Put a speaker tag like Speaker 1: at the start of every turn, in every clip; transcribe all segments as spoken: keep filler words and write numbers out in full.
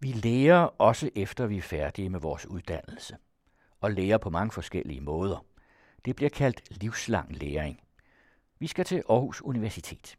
Speaker 1: Vi lærer også efter vi er færdige med vores uddannelse, og lærer på mange forskellige måder. Det bliver kaldt livslang læring. Vi skal til Aarhus Universitet.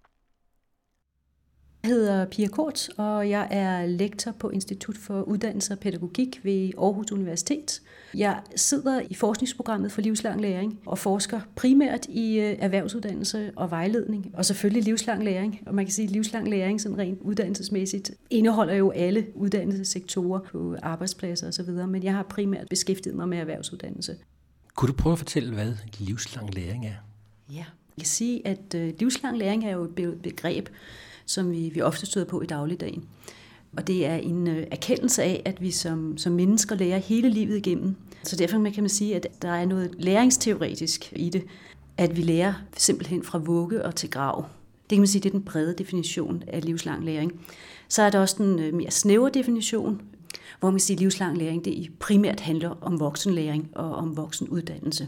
Speaker 2: Jeg hedder Pia Kort, og jeg er lektor på Institut for Uddannelse og Pædagogik ved Aarhus Universitet. Jeg sidder i forskningsprogrammet for livslang læring og forsker primært i erhvervsuddannelse og vejledning, og selvfølgelig livslang læring. Og man kan sige, at livslang læring sådan rent uddannelsesmæssigt indeholder jo alle uddannelsessektorer på arbejdspladser osv., men jeg har primært beskæftiget mig med erhvervsuddannelse.
Speaker 3: Kunne du prøve at fortælle, hvad livslang læring er?
Speaker 2: Ja, jeg kan sige, at livslang læring er jo et begreb, som vi, vi ofte støder på i dagligdagen. Og det er en øh, erkendelse af, at vi som, som mennesker lærer hele livet igennem. Så derfor kan man sige, at der er noget læringsteoretisk i det, at vi lærer simpelthen fra vugge og til grav. Det kan man sige, det er den brede definition af livslang læring. Så er der også den øh, mere snævre definition, hvor man kan sige, at livslang læring det primært handler om voksenlæring og om voksenuddannelse.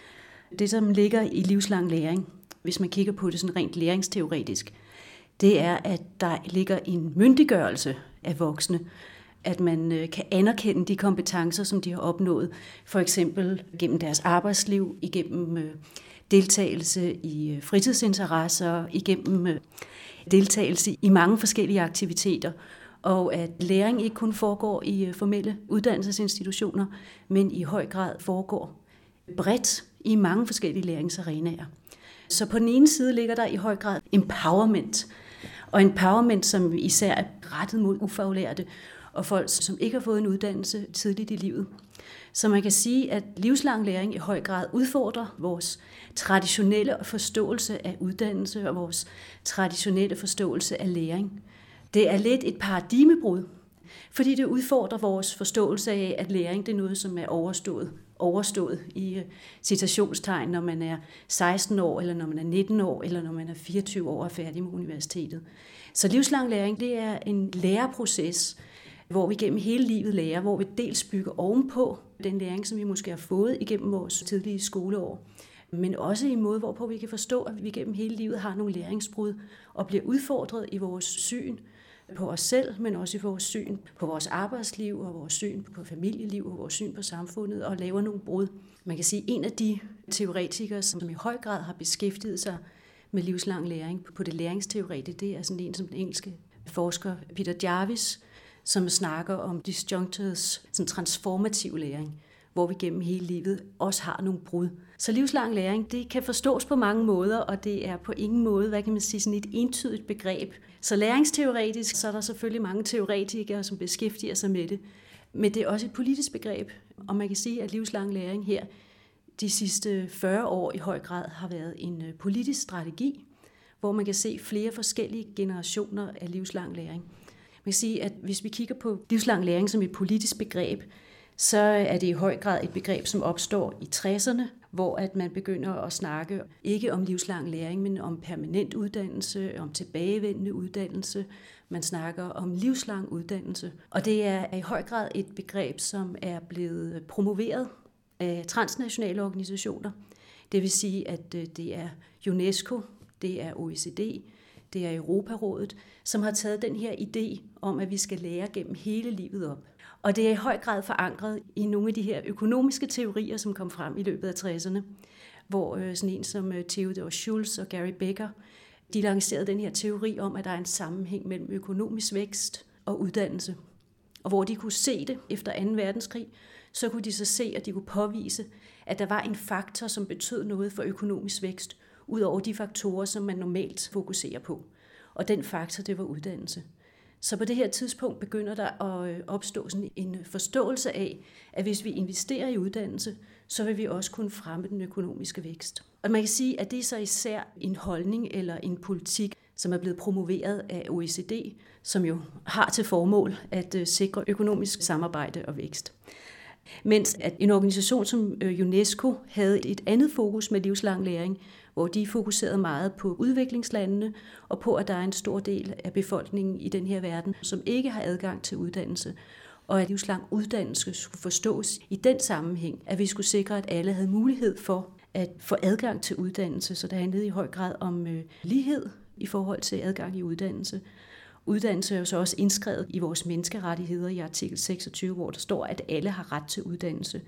Speaker 2: Det, som ligger i livslang læring, hvis man kigger på det sådan rent læringsteoretisk, det er, at der ligger en myndiggørelse af voksne, at man kan anerkende de kompetencer, som de har opnået, for eksempel gennem deres arbejdsliv, igennem deltagelse i fritidsinteresser, igennem deltagelse i mange forskellige aktiviteter, og at læring ikke kun foregår i formelle uddannelsesinstitutioner, men i høj grad foregår bredt i mange forskellige læringsarenaer. Så på den ene side ligger der i høj grad empowerment, og empowerment, som især er rettet mod ufaglærte og folk, som ikke har fået en uddannelse tidligt i livet. Så man kan sige, at livslang læring i høj grad udfordrer vores traditionelle forståelse af uddannelse og vores traditionelle forståelse af læring. Det er lidt et paradigmebrud, fordi det udfordrer vores forståelse af, at læring det er noget, som er overstået. overstået i citationstegn, når man er seksten år, eller når man er nitten år, eller når man er fireogtyve år og er færdig med universitetet. Så livslang læring, det er en læreproces, hvor vi gennem hele livet lærer, hvor vi dels bygger ovenpå den læring, som vi måske har fået igennem vores tidlige skoleår, men også i en måde, hvorpå vi kan forstå, at vi gennem hele livet har nogle læringsbrud og bliver udfordret i vores syn på os selv, men også i vores syn på vores arbejdsliv og vores syn på familieliv og vores syn på samfundet og laver nogle brud. Man kan sige, at en af de teoretikere, som i høj grad har beskæftiget sig med livslang læring på det læringsteoretiske, det er sådan en som den engelske forsker Peter Jarvis, som snakker om disjunctures, sådan transformativ læring, hvor vi gennem hele livet også har nogle brud. Så livslang læring, det kan forstås på mange måder, og det er på ingen måde, hvad kan man sige, sådan et entydigt begreb. Så læringsteoretisk, så er der selvfølgelig mange teoretikere, som beskæftiger sig med det, men det er også et politisk begreb, og man kan sige, at livslang læring her de sidste fyrre år i høj grad har været en politisk strategi, hvor man kan se flere forskellige generationer af livslang læring. Man kan sige, at hvis vi kigger på livslang læring som et politisk begreb, så er det i høj grad et begreb, som opstår i tresserne, hvor at man begynder at snakke ikke om livslang læring, men om permanent uddannelse, om tilbagevendende uddannelse. Man snakker om livslang uddannelse. Og det er i høj grad et begreb, som er blevet promoveret af transnationale organisationer. Det vil sige, at det er UNESCO, det er O E C D, det er Europarådet, som har taget den her idé om, at vi skal lære gennem hele livet op. Og det er i høj grad forankret i nogle af de her økonomiske teorier, som kom frem i løbet af tresserne, hvor sådan en som Theodor Schulz og Gary Becker, de lancerede den her teori om, at der er en sammenhæng mellem økonomisk vækst og uddannelse. Og hvor de kunne se det efter anden verdenskrig, så kunne de så se, at de kunne påvise, at der var en faktor, som betød noget for økonomisk vækst, ud over de faktorer, som man normalt fokuserer på. Og den faktor, det var uddannelse. Så på det her tidspunkt begynder der at opstå sådan en forståelse af, at hvis vi investerer i uddannelse, så vil vi også kunne fremme den økonomiske vækst. Og man kan sige, at det er så især en holdning eller en politik, som er blevet promoveret af O E C D, som jo har til formål at sikre økonomisk samarbejde og vækst. Mens at en organisation som UNESCO havde et andet fokus med livslang læring, hvor de fokuserede meget på udviklingslandene og på, at der er en stor del af befolkningen i den her verden, som ikke har adgang til uddannelse, og at livslang uddannelse skulle forstås i den sammenhæng, at vi skulle sikre, at alle havde mulighed for at få adgang til uddannelse, så det handlede i høj grad om øh, lighed i forhold til adgang i uddannelse. Uddannelse er jo så også indskrevet i vores menneskerettigheder i artikel seksogtyve, hvor der står, at alle har ret til uddannelse.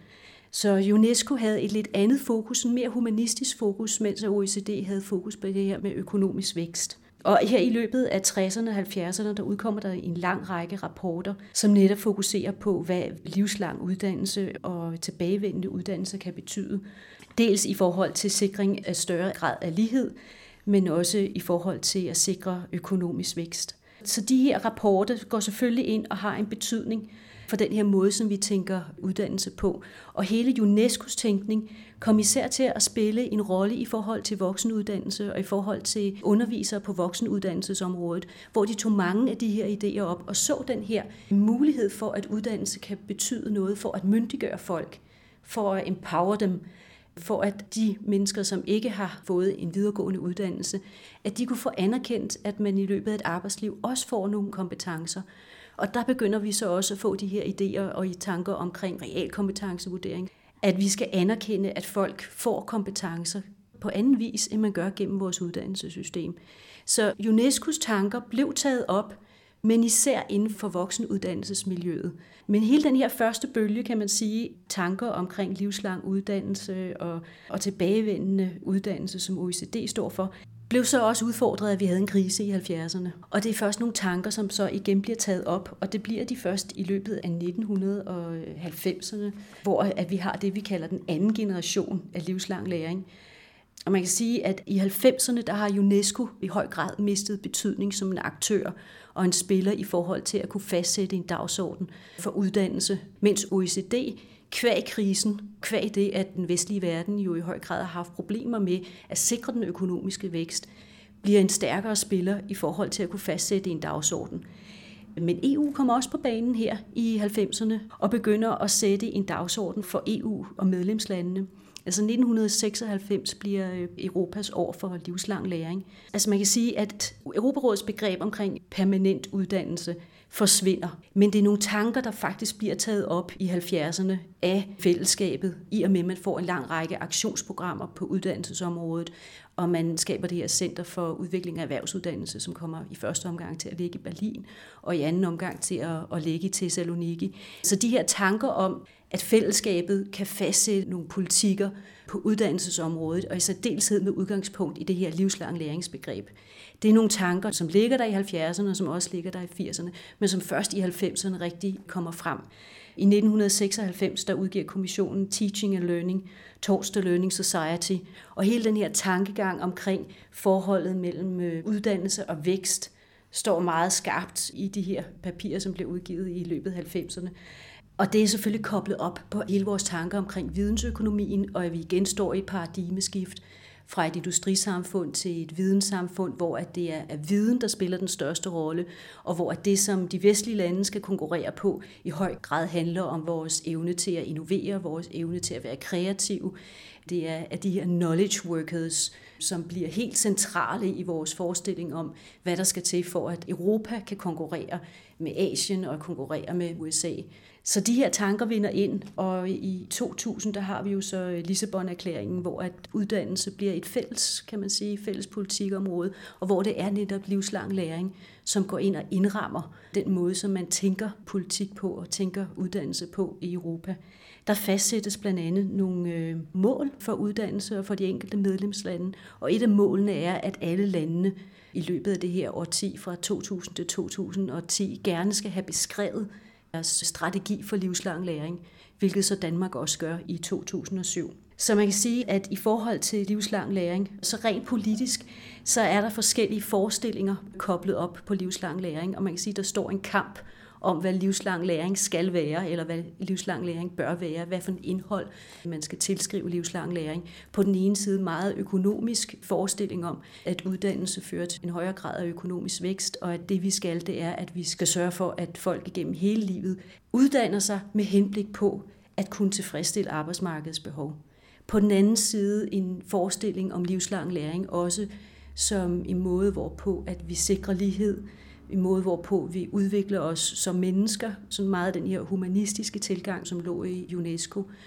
Speaker 2: Så UNESCO havde et lidt andet fokus, en mere humanistisk fokus, mens O E C D havde fokus på det her med økonomisk vækst. Og her i løbet af tresserne og halvfjerdserne, der udkommer der en lang række rapporter, som netop fokuserer på, hvad livslang uddannelse og tilbagevendende uddannelse kan betyde. Dels i forhold til sikring af større grad af lighed, men også i forhold til at sikre økonomisk vækst. Så de her rapporter går selvfølgelig ind og har en betydning for den her måde, som vi tænker uddannelse på. Og hele UNESCOs tænkning kom især til at spille en rolle i forhold til voksenuddannelse og i forhold til undervisere på voksenuddannelsesområdet, hvor de tog mange af de her idéer op og så den her mulighed for, at uddannelse kan betyde noget for at myndiggøre folk, for at empower dem, for at de mennesker, som ikke har fået en videregående uddannelse, at de kunne få anerkendt, at man i løbet af et arbejdsliv også får nogle kompetencer. Og der begynder vi så også at få de her idéer og i tanker omkring realkompetencevurdering, at vi skal anerkende, at folk får kompetencer på anden vis, end man gør gennem vores uddannelsessystem. Så UNESCOs tanker blev taget op, men især inden for voksenuddannelsesmiljøet. Men hele den her første bølge, kan man sige, tanker omkring livslang uddannelse og, og tilbagevendende uddannelse, som O E C D står for, blev så også udfordret, at vi havde en krise i halvfjerdserne. Og det er først nogle tanker, som så igen bliver taget op, og det bliver de først i løbet af nitten halvfemserne, hvor at vi har det, vi kalder den anden generation af livslang læring. Og man kan sige, at i halvfemserne, der har UNESCO i høj grad mistet betydning som en aktør og en spiller i forhold til at kunne fastsætte en dagsorden for uddannelse, mens O E C D kvæg krisen, kvæg det, at den vestlige verden jo i høj grad har haft problemer med at sikre den økonomiske vækst, bliver en stærkere spiller i forhold til at kunne fastsætte en dagsorden. Men E U kommer også på banen her i halvfemserne og begynder at sætte en dagsorden for E U og medlemslandene. Altså nitten seksoghalvfems bliver Europas år for livslang læring. Altså man kan sige, at Europarådets begreb omkring permanent uddannelse forsvinder. Men det er nogle tanker, der faktisk bliver taget op i halvfjerdserne af fællesskabet, i og med, at man får en lang række aktionsprogrammer på uddannelsesområdet, og man skaber det her Center for Udvikling af Erhvervsuddannelse, som kommer i første omgang til at ligge i Berlin, og i anden omgang til at, at ligge i Thessaloniki. Så de her tanker om, at fællesskabet kan fastsætte nogle politikker på uddannelsesområdet, og i særdeleshed med udgangspunkt i det her livslang læringsbegreb. Det er nogle tanker, som ligger der i halvfjerdserne, og som også ligger der i firserne, men som først i halvfemserne rigtig kommer frem. I nitten seksoghalvfems der udgiver kommissionen Teaching and Learning, Towards the Learning Society, og hele den her tankegang omkring forholdet mellem uddannelse og vækst står meget skarpt i de her papirer, som blev udgivet i løbet af halvfemserne. Og det er selvfølgelig koblet op på hele vores tanker omkring vidensøkonomien, og at vi igen står i et paradigmeskift fra et industrisamfund til et videnssamfund, hvor at det er viden, der spiller den største rolle, og hvor at det, som de vestlige lande skal konkurrere på, i høj grad handler om vores evne til at innovere, vores evne til at være kreative. Det er at de her knowledge workers, som bliver helt centrale i vores forestilling om, hvad der skal til for, at Europa kan konkurrere med Asien og konkurrere med U S A. Så de her tanker vinder ind, og i to tusind der har vi jo så Lissabon-erklæringen, hvor at uddannelse bliver et fælles, kan man sige, fælles politikområde, og hvor det er netop livslang læring, som går ind og indrammer den måde, som man tænker politik på og tænker uddannelse på i Europa. Der fastsættes blandt andet nogle øh, mål for uddannelse og for de enkelte medlemslande, og et af målene er, at alle landene i løbet af det her årti fra to tusind til to tusind og ti gerne skal have beskrevet deres strategi for livslang læring, hvilket så Danmark også gør i to tusind og syv. Så man kan sige, at i forhold til livslang læring, så rent politisk, så er der forskellige forestillinger koblet op på livslang læring, og man kan sige, at der står en kamp om, hvad livslang læring skal være, eller hvad livslang læring bør være, hvad for en indhold man skal tilskrive livslang læring. På den ene side meget økonomisk forestilling om, at uddannelse fører til en højere grad af økonomisk vækst, og at det vi skal, det er, at vi skal sørge for, at folk igennem hele livet uddanner sig med henblik på at kunne tilfredsstille arbejdsmarkedets behov. På den anden side en forestilling om livslang læring, også som en måde, hvorpå at vi sikrer lighed, en måde, hvorpå vi udvikler os som mennesker, sådan meget den her humanistiske tilgang, som lå i UNESCO,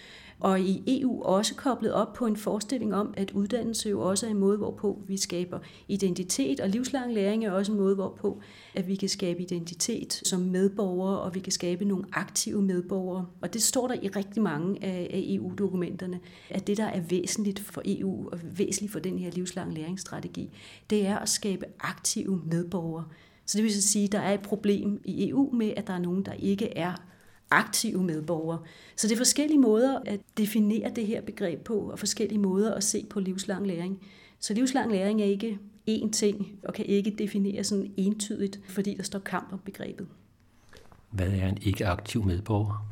Speaker 2: Og i E U også koblet op på en forestilling om, at uddannelse jo også er en måde, hvorpå vi skaber identitet, og livslang læring er også en måde, hvorpå at vi kan skabe identitet som medborgere, og vi kan skabe nogle aktive medborgere. Og det står der i rigtig mange af E U-dokumenterne, at det, der er væsentligt for E U, og væsentligt for den her livslang læringsstrategi, det er at skabe aktive medborgere. Så det vil så sige, at der er et problem i E U med, at der er nogen, der ikke er aktive medborgere. Så det er forskellige måder at definere det her begreb på, og forskellige måder at se på livslang læring. Så livslang læring er ikke én ting, og kan ikke defineres sådan entydigt, fordi der står kamp om begrebet.
Speaker 3: Hvad er en ikke-aktiv medborger?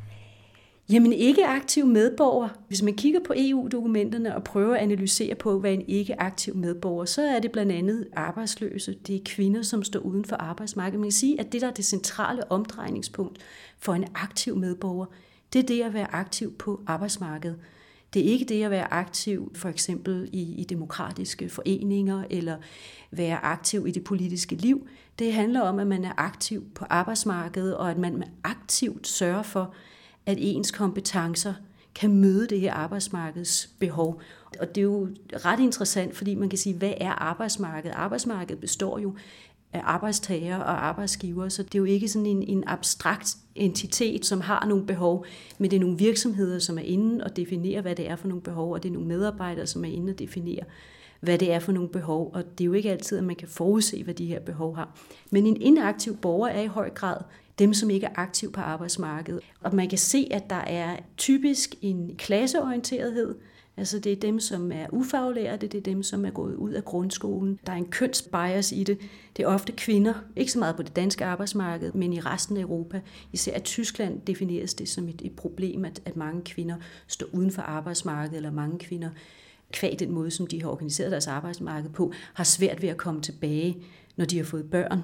Speaker 2: Jamen ikke aktiv medborger. Hvis man kigger på E U-dokumenterne og prøver at analysere på, hvad en ikke aktiv medborger, så er det blandt andet arbejdsløse. Det er kvinder, som står uden for arbejdsmarkedet. Man kan sige, at det, der er det centrale omdrejningspunkt for en aktiv medborger, det er det at være aktiv på arbejdsmarkedet. Det er ikke det at være aktiv for eksempel i, i demokratiske foreninger eller være aktiv i det politiske liv. Det handler om, at man er aktiv på arbejdsmarkedet, og at man aktivt sørger for, at ens kompetencer kan møde det her arbejdsmarkeds behov. Og det er jo ret interessant, fordi man kan sige, hvad er arbejdsmarkedet? Arbejdsmarkedet består jo af arbejdstagere og arbejdsgivere, så det er jo ikke sådan en, en abstrakt entitet, som har nogle behov, men det er nogle virksomheder, som er inde og definerer, hvad det er for nogle behov, og det er nogle medarbejdere, som er inde og definerer, hvad det er for nogle behov, og det er jo ikke altid, at man kan forudse, hvad de her behov har. Men en inaktiv borger er i høj grad dem, som ikke er aktiv på arbejdsmarkedet. Og man kan se, at der er typisk en klasseorienterethed. Altså det er dem, som er ufaglærte, det er dem, som er gået ud af grundskolen. Der er en kønsbias i det. Det er ofte kvinder, ikke så meget på det danske arbejdsmarked, men i resten af Europa. Især i Tyskland defineres det som et, et problem, at, at mange kvinder står uden for arbejdsmarkedet, eller mange kvinder, kvad den måde, som de har organiseret deres arbejdsmarked på, har svært ved at komme tilbage, når de har fået børn.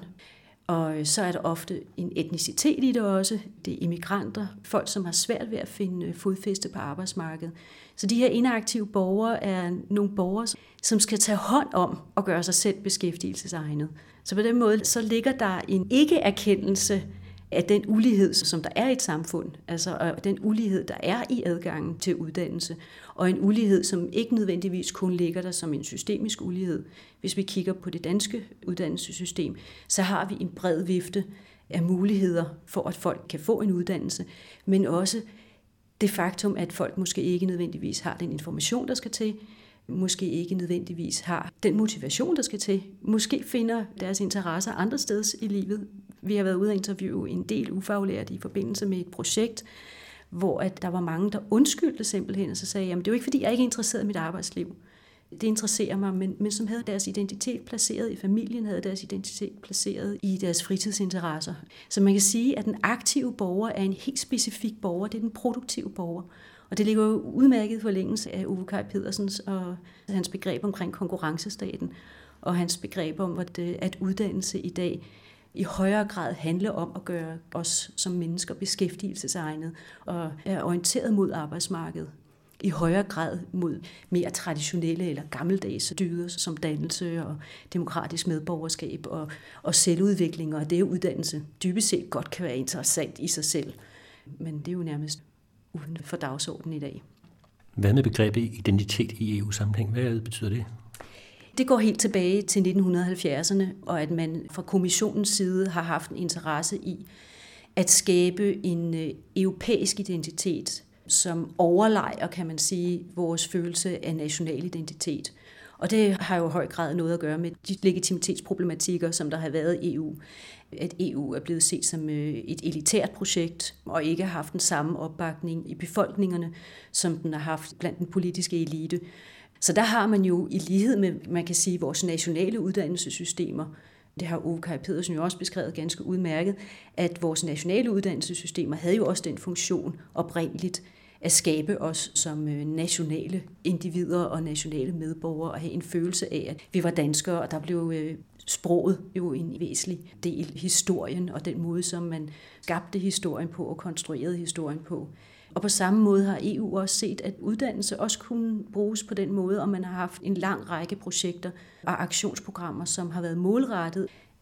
Speaker 2: Og så er der ofte en etnicitet i det også. Det er immigranter, folk, som har svært ved at finde fodfæste på arbejdsmarkedet. Så de her inaktive borgere er nogle borgere, som skal tage hånd om at gøre sig selv beskæftigelsesegnet. Så på den måde, så ligger der en ikke-erkendelse af den ulighed, som der er i et samfund, altså den ulighed, der er i adgangen til uddannelse, og en ulighed, som ikke nødvendigvis kun ligger der som en systemisk ulighed. Hvis vi kigger på det danske uddannelsessystem, så har vi en bred vifte af muligheder for, at folk kan få en uddannelse, men også det faktum, at folk måske ikke nødvendigvis har den information, der skal til, måske ikke nødvendigvis har den motivation, der skal til, måske finder deres interesser andre steder i livet. Vi har været ude at interviewe en del ufaglærte i forbindelse med et projekt, hvor at der var mange, der undskyldte simpelthen, og så sagde, jamen det er jo ikke, fordi jeg ikke er interesseret i mit arbejdsliv. Det interesserer mig, men, men som havde deres identitet placeret i familien, havde deres identitet placeret i deres fritidsinteresser. Så man kan sige, at den aktive borger er en helt specifik borger, det er den produktive borger. Og det ligger jo udmærket forlængelse af Ove Kaj Pedersens og hans begreb omkring konkurrencestaten, og hans begreb om, at, at uddannelse i dag i højere grad handler om at gøre os som mennesker beskæftigelsesegnet og er orienteret mod arbejdsmarkedet. I højere grad mod mere traditionelle eller gammeldags dyder som dannelse og demokratisk medborgerskab og, og selvudvikling, og det er uddannelse dybest set godt kan være interessant i sig selv. Men det er jo nærmest uden for dagsordenen i dag.
Speaker 3: Hvad med begrebet identitet i E U-sammenhæng? Hvad betyder det?
Speaker 2: Det går helt tilbage til nitten halvfjerdserne, og at man fra kommissionens side har haft en interesse i at skabe en europæisk identitet, som overlejer, kan man sige, vores følelse af national identitet. Og det har jo i høj grad noget at gøre med de legitimitetsproblematikker, som der har været i E U. At E U er blevet set som et elitært projekt, og ikke har haft den samme opbakning i befolkningerne, som den har haft blandt den politiske elite. Så der har man jo i lighed med, man kan sige, vores nationale uddannelsessystemer, det har Ove Kaj Pedersen jo også beskrevet ganske udmærket, at vores nationale uddannelsessystemer havde jo også den funktion oprindeligt at skabe os som nationale individer og nationale medborgere og have en følelse af, at vi var danskere, og der blev sproget jo en væsentlig del historien og den måde, som man skabte historien på og konstruerede historien på. Og på samme måde har E U også set, at uddannelse også kunne bruges på den måde, og man har haft en lang række projekter og aktionsprogrammer, som har været målrettet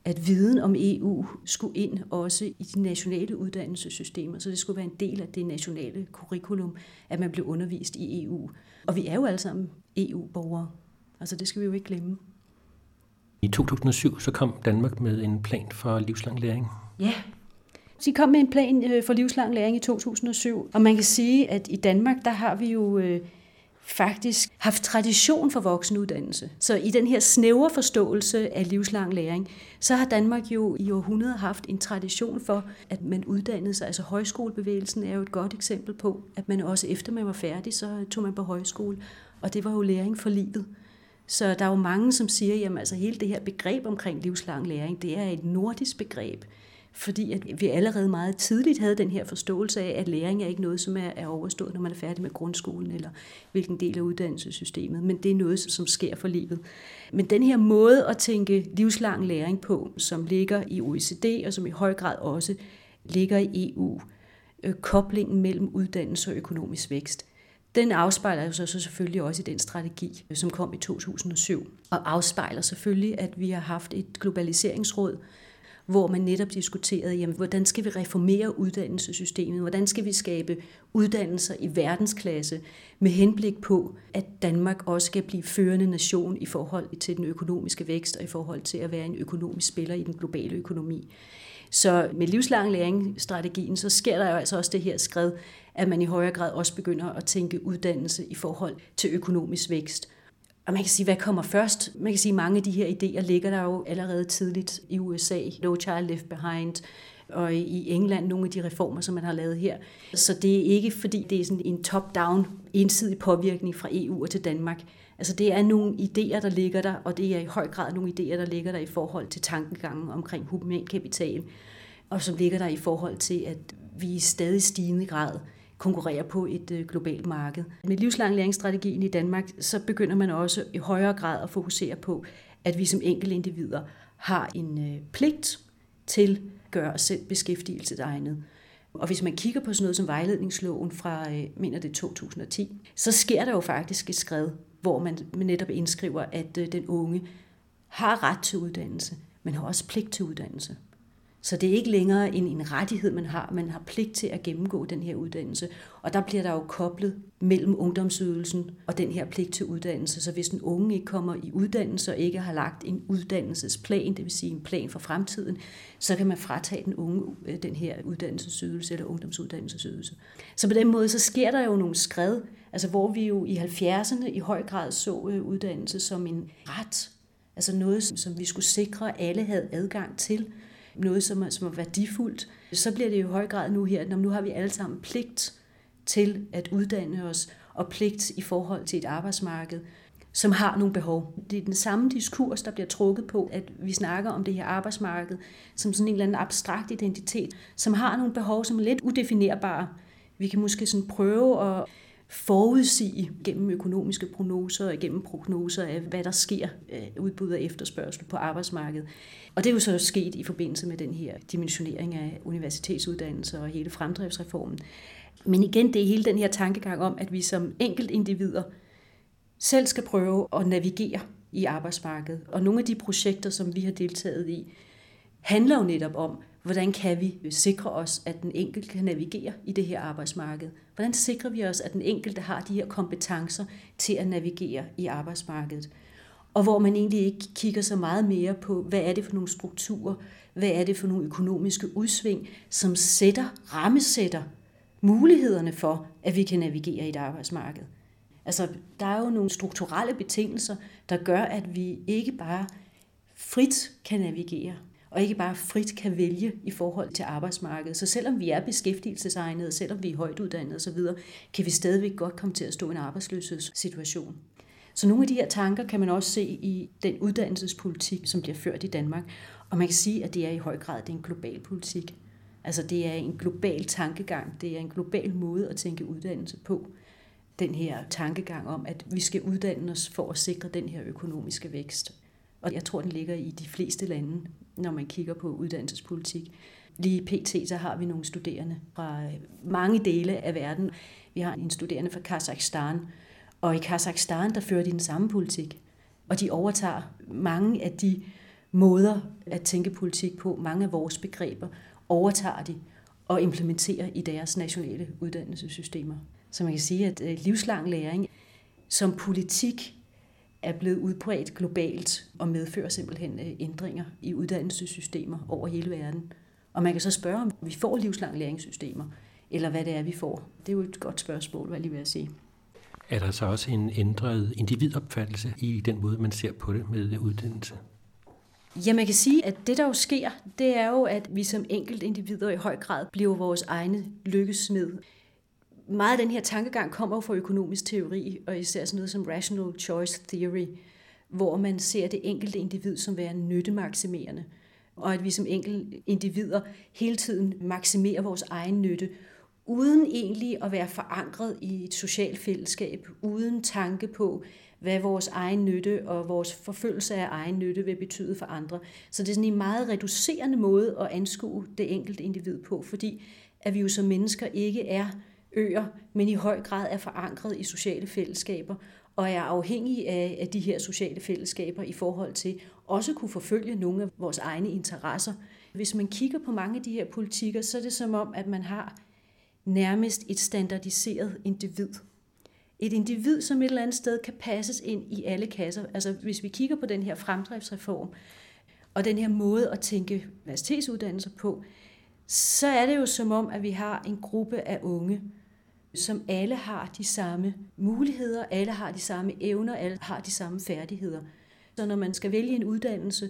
Speaker 2: at viden om E U skulle ind også i de nationale uddannelsessystemer, så det skulle være en del af det nationale curriculum, at man blev undervist i E U. Og vi er jo alle sammen E U-borgere, altså det skal vi jo ikke glemme.
Speaker 3: I to tusind og syv så kom Danmark med en plan for livslang læring.
Speaker 2: Ja, de kom med en plan for livslang læring i to tusind og syv, og man kan sige, at i Danmark, der har vi jo øh, faktisk haft tradition for voksenuddannelse. Så i den her snævre forståelse af livslang læring, så har Danmark jo i århundreder haft en tradition for, at man uddannede sig. Altså højskolebevægelsen er jo et godt eksempel på, at man også efter man var færdig, så tog man på højskole, og det var jo læring for livet. Så der er jo mange, som siger, at altså, hele det her begreb omkring livslang læring, det er et nordisk begreb, fordi at vi allerede meget tidligt havde den her forståelse af, at læring er ikke noget, som er, er overstået, når man er færdig med grundskolen, eller hvilken del af uddannelsessystemet, men det er noget, som sker for livet. Men den her måde at tænke livslang læring på, som ligger i O E C D, og som i høj grad også ligger i E U, øh, koblingen mellem uddannelse og økonomisk vækst, den afspejler jo så selvfølgelig også i den strategi, som kom i to tusind og syv, og afspejler selvfølgelig, at vi har haft et globaliseringsråd, hvor man netop diskuterede, jamen, hvordan skal vi reformere uddannelsessystemet, hvordan skal vi skabe uddannelser i verdensklasse med henblik på, at Danmark også skal blive førende nation i forhold til den økonomiske vækst og i forhold til at være en økonomisk spiller i den globale økonomi. Så med livslang læringsstrategien, så sker der jo altså også det her skred, at man i højere grad også begynder at tænke uddannelse i forhold til økonomisk vækst. Og man kan sige, hvad kommer først? Man kan sige, at mange af de her idéer ligger der jo allerede tidligt i U S A, No Child Left Behind, og i England nogle af de reformer, som man har lavet her. Så det er ikke, fordi det er sådan en top-down ensidig påvirkning fra E U og til Danmark. Altså det er nogle idéer, der ligger der, og det er i høj grad nogle idéer, der ligger der i forhold til tankegangen omkring humankapital, og som ligger der i forhold til, at vi i stadig stigende grad konkurrerer på et globalt marked. Med livslang læringsstrategien i Danmark, så begynder man også i højere grad at fokusere på, at vi som enkelte individer har en pligt til at gøre os selv beskæftigelsesegnet. Og hvis man kigger på sådan noget som vejledningsloven fra, mener det to tusind og ti, så sker der jo faktisk et skred, hvor man netop indskriver, at den unge har ret til uddannelse, men har også pligt til uddannelse. Så det er ikke længere en, en rettighed, man har. Man har pligt til at gennemgå den her uddannelse. Og der bliver der jo koblet mellem ungdomsydelsen og den her pligt til uddannelse. Så hvis den unge ikke kommer i uddannelse og ikke har lagt en uddannelsesplan, det vil sige en plan for fremtiden, så kan man fratage den unge den her uddannelsesydelse eller ungdomsuddannelsesydelse. Så på den måde så sker der jo nogle skred, altså hvor vi jo i halvfjerdserne i høj grad så uddannelse som en ret. Altså noget, som vi skulle sikre, at alle havde adgang til. Noget, som er, som er værdifuldt, så bliver det jo i høj grad nu her, at nu har vi alle sammen pligt til at uddanne os, og pligt i forhold til et arbejdsmarked, som har nogle behov. Det er den samme diskurs, der bliver trukket på, at vi snakker om det her arbejdsmarked som sådan en eller anden abstrakt identitet, som har nogle behov, som er lidt udefinerbare. Vi kan måske sådan prøve at forudsige gennem økonomiske prognoser og gennem prognoser af, hvad der sker af udbud og efterspørgsel på arbejdsmarkedet. Og det er jo så sket i forbindelse med den her dimensionering af universitetsuddannelser og hele fremdriftsreformen. Men igen, det er hele den her tankegang om, at vi som enkeltindivider selv skal prøve at navigere i arbejdsmarkedet. Og nogle af de projekter, som vi har deltaget i, handler jo netop om, hvordan kan vi sikre os, at den enkelte kan navigere i det her arbejdsmarked? Hvordan sikrer vi os, at den enkelte har de her kompetencer til at navigere i arbejdsmarkedet? Og hvor man egentlig ikke kigger så meget mere på, hvad er det for nogle strukturer, hvad er det for nogle økonomiske udsving, som sætter, rammesætter mulighederne for, at vi kan navigere i et arbejdsmarked. Altså, der er jo nogle strukturelle betingelser, der gør, at vi ikke bare frit kan navigere, og ikke bare frit kan vælge i forhold til arbejdsmarkedet. Så selvom vi er beskæftigelsesegnede, selvom vi er højt uddannede osv., kan vi stadigvæk godt komme til at stå i en arbejdsløshedssituation. Så nogle af de her tanker kan man også se i den uddannelsespolitik, som bliver ført i Danmark. Og man kan sige, at det er i høj grad det er en global politik. Altså det er en global tankegang, det er en global måde at tænke uddannelse på. Den her tankegang om, at vi skal uddanne os for at sikre den her økonomiske vækst. Og jeg tror, den ligger i de fleste lande, når man kigger på uddannelsespolitik. Lige pt. Så har vi nogle studerende fra mange dele af verden. Vi har en studerende fra Kazakhstan, og i Kazakhstan, der fører de den samme politik. Og de overtager mange af de måder at tænke politik på, mange af vores begreber, overtager de og implementerer i deres nationale uddannelsessystemer. Så man kan sige, at livslang læring som politik er blevet udbredt globalt og medfører simpelthen ændringer i uddannelsessystemer over hele verden. Og man kan så spørge, om vi får livslang læringssystemer, eller hvad det er, vi får. Det er jo et godt spørgsmål, hvad jeg lige vil sige.
Speaker 3: Er der så også en ændret individopfattelse i den måde, man ser på det med uddannelse?
Speaker 2: Ja, man kan sige, at det, der jo sker, det er jo, at vi som enkeltindivider i høj grad bliver vores egne lykkesmed. Meget af den her tankegang kommer jo fra økonomisk teori, og især sådan noget som rational choice theory, hvor man ser det enkelte individ som værende nyttemaksimerende, og at vi som enkelte individer hele tiden maksimerer vores egen nytte, uden egentlig at være forankret i et socialt fællesskab, uden tanke på, hvad vores egen nytte og vores forfølgelse af egen nytte vil betyde for andre. Så det er sådan en meget reducerende måde at anskue det enkelte individ på, fordi at vi jo som mennesker ikke er øer, men i høj grad er forankret i sociale fællesskaber, og er afhængige af, af de her sociale fællesskaber i forhold til også kunne forfølge nogle af vores egne interesser. Hvis man kigger på mange af de her politikker, så er det som om, at man har nærmest et standardiseret individ. Et individ, som et eller andet sted kan passes ind i alle kasser. Altså hvis vi kigger på den her fremdriftsreform, og den her måde at tænke universitetsuddannelser på, så er det jo som om, at vi har en gruppe af unge, som alle har de samme muligheder, alle har de samme evner, alle har de samme færdigheder. Så når man skal vælge en uddannelse,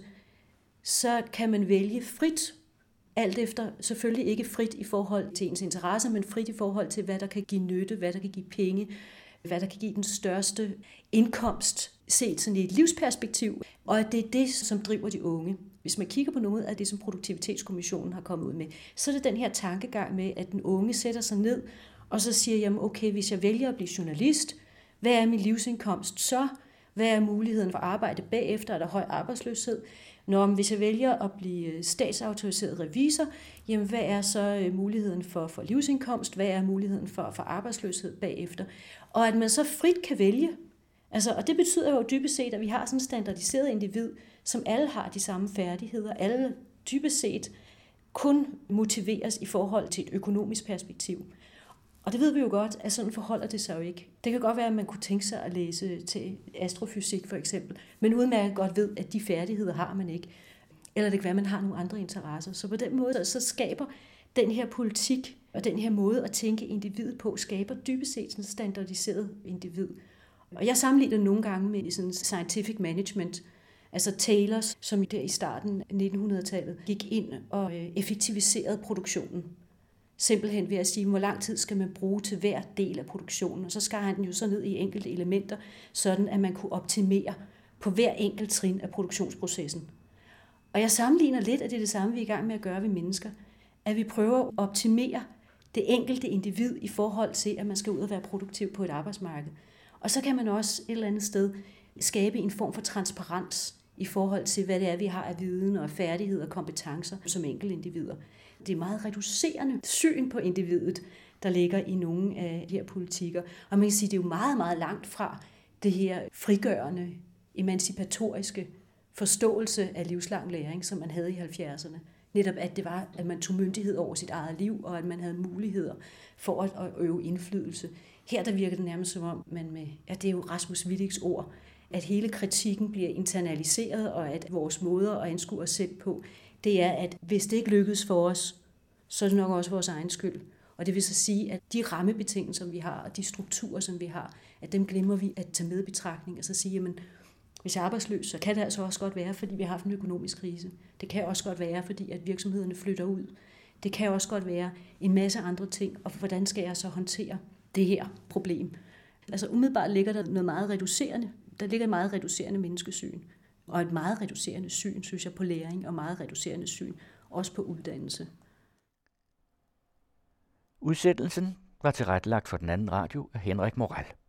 Speaker 2: så kan man vælge frit, alt efter selvfølgelig ikke frit i forhold til ens interesser, men frit i forhold til, hvad der kan give nytte, hvad der kan give penge, hvad der kan give den største indkomst, set sådan i et livsperspektiv, og at det er det, som driver de unge. Hvis man kigger på noget af det, som Produktivitetskommissionen har kommet ud med, så er det den her tankegang med, at den unge sætter sig ned, og så siger, jamen okay, hvis jeg vælger at blive journalist, hvad er min livsindkomst så? Hvad er muligheden for arbejde bagefter? Er der høj arbejdsløshed? Nå, men hvis jeg vælger at blive statsautoriseret revisor, jamen hvad er så muligheden for, for livsindkomst? Hvad er muligheden for, for arbejdsløshed bagefter? Og at man så frit kan vælge. Altså, og det betyder jo dybest set, at vi har sådan en standardiseret individ, som alle har de samme færdigheder. Alle dybest set kun motiveres i forhold til et økonomisk perspektiv. Og det ved vi jo godt, at sådan forholder det sig jo ikke. Det kan godt være, at man kunne tænke sig at læse til astrofysik for eksempel, men udmærket godt ved, at de færdigheder har man ikke. Eller det kan være, at man har nogle andre interesser. Så på den måde så skaber den her politik og den her måde at tænke individet på, skaber dybest set sådan et standardiseret individ. Og jeg sammenligner nogle gange med sådan scientific management, altså Taylors, som der i starten af nitten hundrede-tallet gik ind og effektiviserede produktionen. Simpelthen ved at sige, hvor lang tid skal man bruge til hver del af produktionen. Og så skar han den jo så ned i enkelte elementer, sådan at man kunne optimere på hver enkelt trin af produktionsprocessen. Og jeg sammenligner lidt, at det er det samme, vi er i gang med at gøre ved mennesker. At vi prøver at optimere det enkelte individ i forhold til, at man skal ud og være produktiv på et arbejdsmarked. Og så kan man også et eller andet sted skabe en form for transparens i forhold til, hvad det er, vi har af viden og færdigheder og kompetencer som enkelte individer. Det er meget reducerende syn på individet, der ligger i nogle af de her politikker. Og man kan sige, at det er jo meget, meget langt fra det her frigørende, emancipatoriske forståelse af livslang læring, som man havde i halvfjerdserne. Netop at det var, at man tog myndighed over sit eget liv, og at man havde muligheder for at øve indflydelse. Her der virker det nærmest som om, man med, ja, det er jo Rasmus Willichs ord, at hele kritikken bliver internaliseret, og at vores måder at anskue os selv på, det er, at hvis det ikke lykkes for os, så er det nok også vores egen skyld. Og det vil så sige, at de rammebetingelser, vi har, og de strukturer, som vi har, at dem glemmer vi at tage med i betragtning, og så sige, jamen, hvis jeg er arbejdsløs, så kan det altså også godt være, fordi vi har haft en økonomisk krise. Det kan også godt være, fordi at virksomhederne flytter ud. Det kan også godt være en masse andre ting, og hvordan skal jeg så håndtere det her problem? Altså umiddelbart ligger der noget meget reducerende. Der ligger et meget reducerende menneskesyn, og et meget reducerende syn, synes jeg, på læring, og meget reducerende syn også på uddannelse.
Speaker 1: Udsendelsen var tilrettelagt for Den Anden Radio af Henrik Morel.